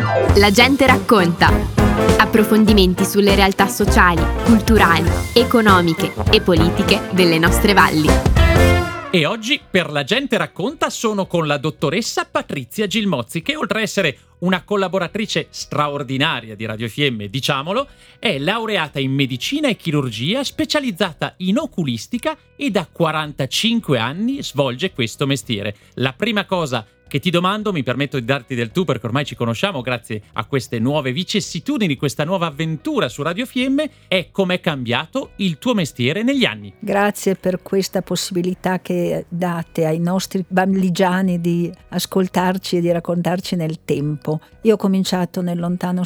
La gente racconta. Approfondimenti sulle realtà sociali, culturali, economiche e politiche delle nostre valli. E oggi per La gente racconta sono con la dottoressa Patrizia Gilmozzi, che oltre a essere una collaboratrice straordinaria di Radio FM, diciamolo, è laureata in medicina e chirurgia, specializzata in oculistica e da 45 anni svolge questo mestiere. La prima cosa che ti domando, mi permetto di darti del tu perché ormai ci conosciamo grazie a queste nuove vicissitudini, questa nuova avventura su Radio FM, è com'è cambiato il tuo mestiere negli anni. Grazie per questa possibilità che date ai nostri bamligiani di ascoltarci e di raccontarci nel tempo. Io ho cominciato nel lontano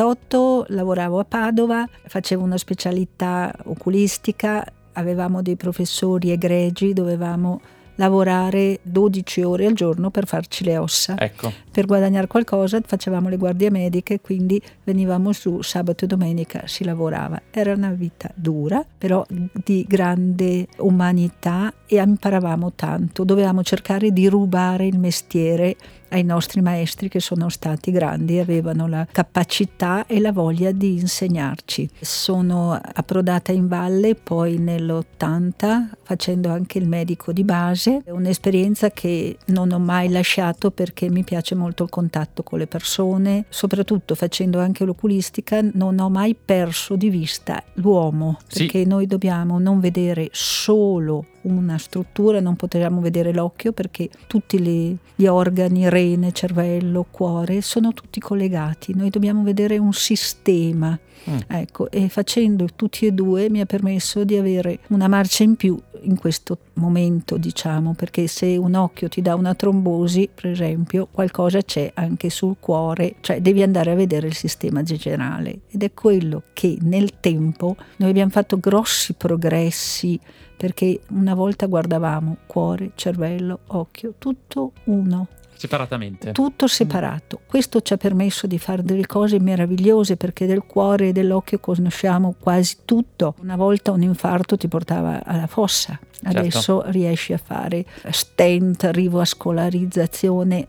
78, lavoravo a Padova, facevo una specialità oculistica, avevamo dei professori egregi, dovevamo lavorare 12 ore al giorno per farci le ossa. Ecco. Per guadagnare qualcosa facevamo le guardie mediche, quindi venivamo su sabato e domenica, si lavorava. Era una vita dura, però di grande umanità, e imparavamo tanto. Dovevamo cercare di rubare il mestiere ai nostri maestri, che sono stati grandi, avevano la capacità e la voglia di insegnarci. Sono approdata in valle poi nell'80 facendo anche il medico di base, un'esperienza che non ho mai lasciato perché mi piace molto il contatto con le persone, soprattutto facendo anche l'oculistica non ho mai perso di vista l'uomo, perché noi dobbiamo non vedere solo una struttura, non potevamo vedere l'occhio perché tutti gli organi, rene, cervello, cuore, sono tutti collegati, noi dobbiamo vedere un sistema. Ecco, e facendo tutti e due mi ha permesso di avere una marcia in più in questo momento, diciamo, perché se un occhio ti dà una trombosi, per esempio, qualcosa c'è anche sul cuore, cioè devi andare a vedere il sistema generale, ed è quello che nel tempo noi abbiamo fatto grossi progressi, perché una volta guardavamo cuore, cervello, occhio, tutto uno. Separatamente. Tutto separato. Questo ci ha permesso di fare delle cose meravigliose, perché del cuore e dell'occhio conosciamo quasi tutto. Una volta un infarto ti portava alla fossa, adesso riesci a fare stent, rivascolarizzazione,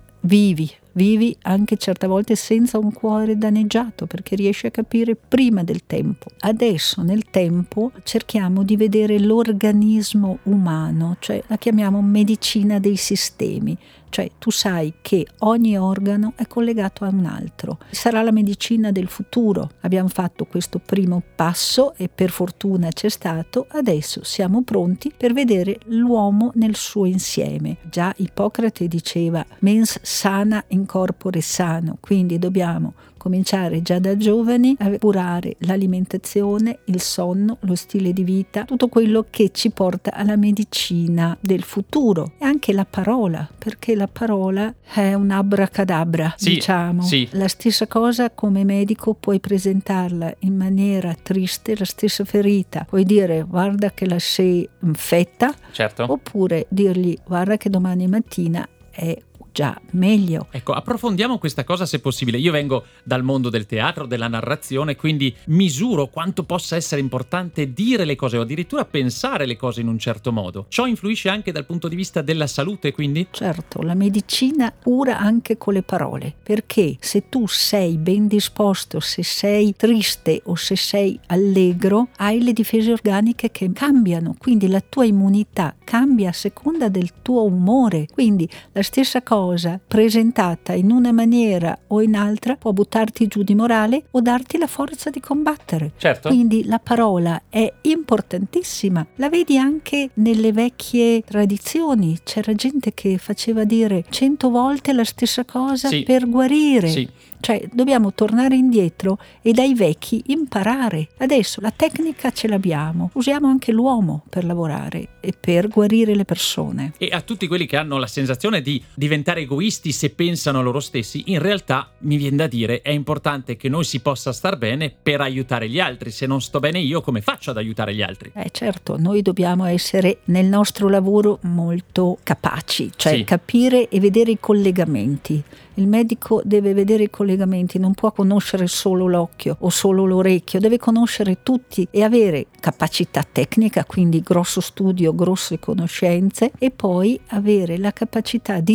vivi anche certe volte senza un cuore danneggiato, perché riesci a capire prima del tempo. Adesso nel tempo cerchiamo di vedere l'organismo umano, cioè la chiamiamo medicina dei sistemi. Cioè tu sai che ogni organo è collegato a un altro. Sarà la medicina del futuro. Abbiamo fatto questo primo passo e per fortuna c'è stato. Adesso siamo pronti per vedere l'uomo nel suo insieme. Già Ippocrate diceva mens sana in corpore sano, quindi dobbiamo cominciare già da giovani a curare l'alimentazione, il sonno, lo stile di vita, tutto quello che ci porta alla medicina del futuro, e anche la parola, perché la parola è un abracadabra, diciamo. Sì. La stessa cosa come medico puoi presentarla in maniera triste, la stessa ferita, puoi dire guarda che la sei infetta, oppure dirgli guarda che domani mattina è già meglio. Ecco, approfondiamo questa cosa se possibile. Io vengo dal mondo del teatro, della narrazione, quindi misuro quanto possa essere importante dire le cose o addirittura pensare le cose in un certo modo. Ciò influisce anche dal punto di vista della salute, quindi? Certo, la medicina cura anche con le parole, perché se tu sei ben disposto, se sei triste o se sei allegro, hai le difese organiche che cambiano, quindi la tua immunità cambia a seconda del tuo umore, quindi la stessa cosa presentata in una maniera o in altra può buttarti giù di morale o darti la forza di combattere. Certo. Quindi la parola è importantissima. La vedi anche nelle vecchie tradizioni. C'era gente che faceva dire 100 volte la stessa cosa per guarire. Cioè dobbiamo tornare indietro e dai vecchi imparare. Adesso la tecnica ce l'abbiamo, usiamo anche l'uomo per lavorare e per guarire le persone. E a tutti quelli che hanno la sensazione di diventare egoisti se pensano a loro stessi, in realtà mi viene da dire è importante che noi si possa star bene per aiutare gli altri. Se non sto bene io, come faccio ad aiutare gli altri? Certo, noi dobbiamo essere nel nostro lavoro molto capaci, cioè capire e vedere i collegamenti. Il medico deve vedere i collegamenti, non può conoscere solo l'occhio o solo l'orecchio, deve conoscere tutti e avere capacità tecnica, quindi grosso studio, grosse conoscenze, e poi avere la capacità di trasmettere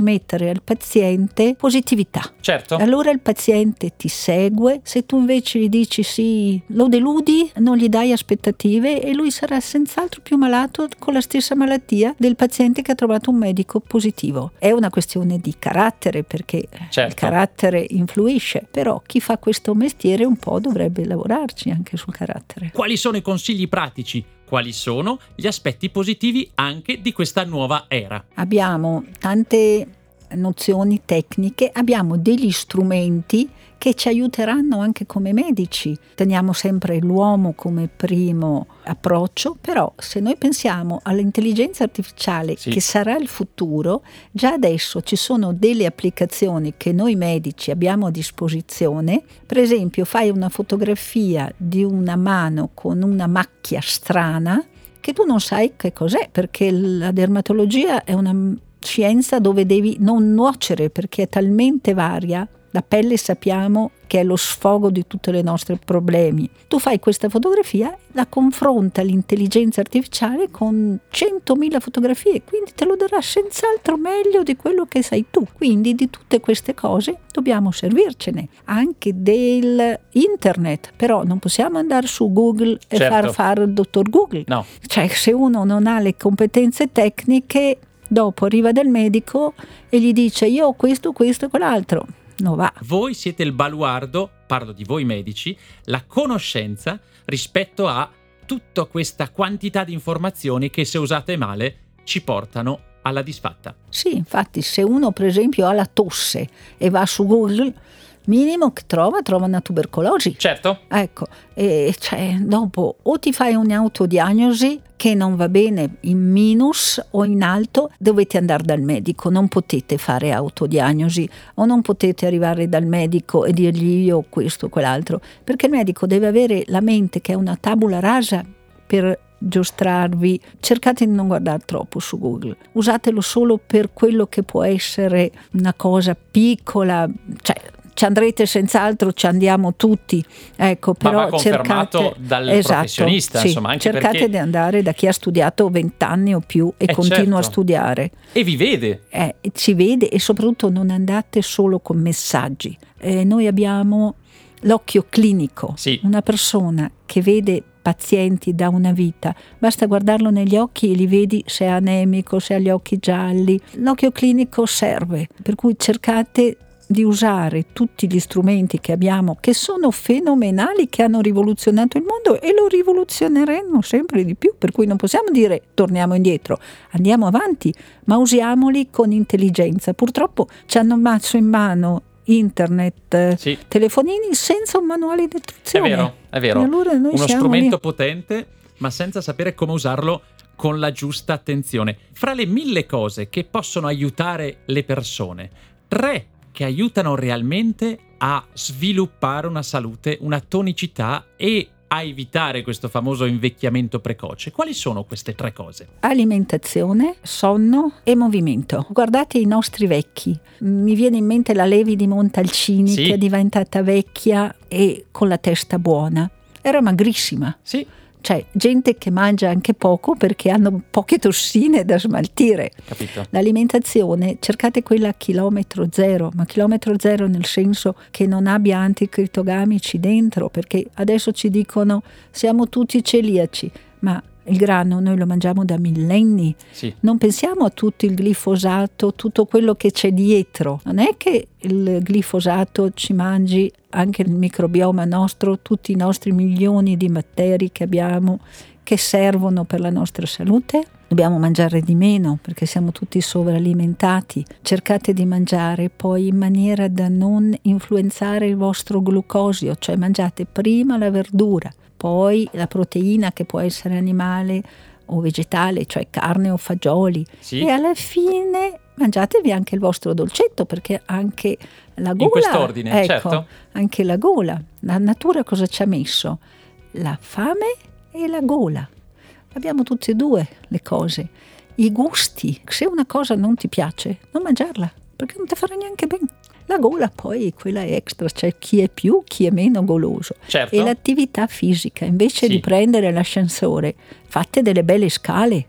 trasmettere al paziente positività. Certo. Allora il paziente ti segue, se tu invece gli dici sì, lo deludi, non gli dai aspettative e lui sarà senz'altro più malato con la stessa malattia del paziente che ha trovato un medico positivo. È una questione di carattere, perché il carattere influisce, però chi fa questo mestiere un po' dovrebbe lavorarci anche sul carattere. Quali sono i consigli pratici? Quali sono gli aspetti positivi anche di questa nuova era? Abbiamo tante nozioni tecniche, abbiamo degli strumenti che ci aiuteranno anche come medici. Teniamo sempre l'uomo come primo approccio, però se noi pensiamo all'intelligenza artificiale che sarà il futuro, già adesso ci sono delle applicazioni che noi medici abbiamo a disposizione. Per esempio, fai una fotografia di una mano con una macchia strana che tu non sai che cos'è, perché la dermatologia è una scienza dove devi non nuocere, perché è talmente varia. La pelle sappiamo che è lo sfogo di tutti i nostri problemi. Tu fai questa fotografia, la confronta l'intelligenza artificiale con 100.000 fotografie, quindi te lo darà senz'altro meglio di quello che sai tu. Quindi di tutte queste cose dobbiamo servircene, anche del internet, però non possiamo andare su Google e far fare il dottor Google. No. Cioè, se uno non ha le competenze tecniche, dopo arriva dal medico e gli dice io ho questo e quell'altro. No, va. Voi siete il baluardo, parlo di voi medici, la conoscenza rispetto a tutta questa quantità di informazioni che, se usate male, ci portano alla disfatta. Sì, infatti, se uno per esempio ha la tosse e va su Google, minimo che trova una tubercolosi. Certo. Ecco, e cioè dopo o ti fai un'autodiagnosi che non va bene in minus o in alto, dovete andare dal medico, non potete fare autodiagnosi o non potete arrivare dal medico e dirgli io questo o quell'altro, perché il medico deve avere la mente che è una tabula rasa per giostrarvi. Cercate di non guardare troppo su Google, usatelo solo per quello che può essere una cosa piccola, cioè ci andrete senz'altro, ci andiamo tutti, ecco, però ma va confermato dal professionista, insomma, anche cercate perché di andare da chi ha studiato 20 anni o più e continua a studiare. E vi vede. Ci vede, e soprattutto non andate solo con messaggi. Noi abbiamo l'occhio clinico, una persona che vede pazienti da una vita, basta guardarlo negli occhi e li vedi se è anemico, se ha gli occhi gialli. L'occhio clinico serve, per cui cercate di usare tutti gli strumenti che abbiamo, che sono fenomenali, che hanno rivoluzionato il mondo e lo rivoluzioneranno sempre di più, per cui non possiamo dire torniamo indietro, andiamo avanti, ma usiamoli con intelligenza. Purtroppo ci hanno messo in mano internet, telefonini senza un manuale di istruzione. È vero. Allora uno strumento potente, ma senza sapere come usarlo con la giusta attenzione. Fra le 1000 cose che possono aiutare le persone, 3 che aiutano realmente a sviluppare una salute, una tonicità e a evitare questo famoso invecchiamento precoce. Quali sono queste 3 cose? Alimentazione, sonno e movimento. Guardate i nostri vecchi. Mi viene in mente la Levi di Montalcini, che è diventata vecchia e con la testa buona. Era magrissima. Sì. Cioè, gente che mangia anche poco perché hanno poche tossine da smaltire. Capito. L'alimentazione, cercate quella a chilometro zero, ma chilometro zero nel senso che non abbia anticritogamici dentro, perché adesso ci dicono siamo tutti celiaci, ma il grano noi lo mangiamo da millenni. Non pensiamo a tutto il glifosato, tutto quello che c'è dietro. Non è che il glifosato ci mangi anche il microbioma nostro, tutti i nostri milioni di batteri che abbiamo, che servono per la nostra salute. Dobbiamo mangiare di meno perché siamo tutti sovralimentati. Cercate di mangiare poi in maniera da non influenzare il vostro glucosio, cioè mangiate prima la verdura, poi la proteina che può essere animale o vegetale, cioè carne o fagioli, e alla fine mangiatevi anche il vostro dolcetto, perché anche la gola, in quest'ordine, certo. Anche la gola, la natura cosa ci ha messo? La fame e la gola. Abbiamo tutte e due le cose. I gusti, se una cosa non ti piace, non mangiarla, perché non ti farà neanche bene. La gola poi, quella è extra, cioè chi è più, chi è meno goloso. Certo. E l'attività fisica, invece di prendere l'ascensore, fate delle belle scale,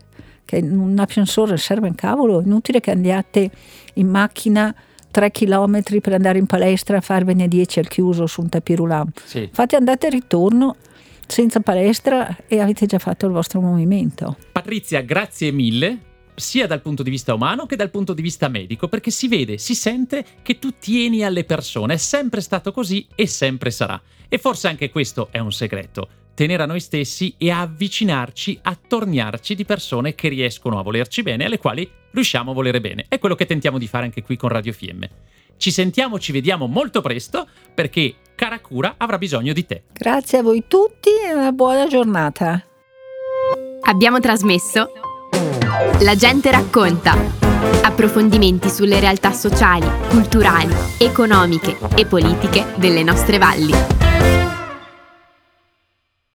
perché un ascensore serve un cavolo, è inutile che andiate in macchina 3 chilometri per andare in palestra a farvene 10 al chiuso su un tapis roulant. Sì. Fate andate e ritorno senza palestra e avete già fatto il vostro movimento. Patrizia, grazie mille, sia dal punto di vista umano che dal punto di vista medico, perché si vede, si sente che tu tieni alle persone, è sempre stato così e sempre sarà. E forse anche questo è un segreto, tenere a noi stessi e avvicinarci, attorniarci di persone che riescono a volerci bene, alle quali riusciamo a volere bene. È quello che tentiamo di fare anche qui con Radio FM. Ci sentiamo, ci vediamo molto presto, perché Caracura avrà bisogno di te. Grazie a voi tutti e una buona giornata. Abbiamo trasmesso La gente racconta. Approfondimenti sulle realtà sociali, culturali, economiche e politiche delle nostre valli.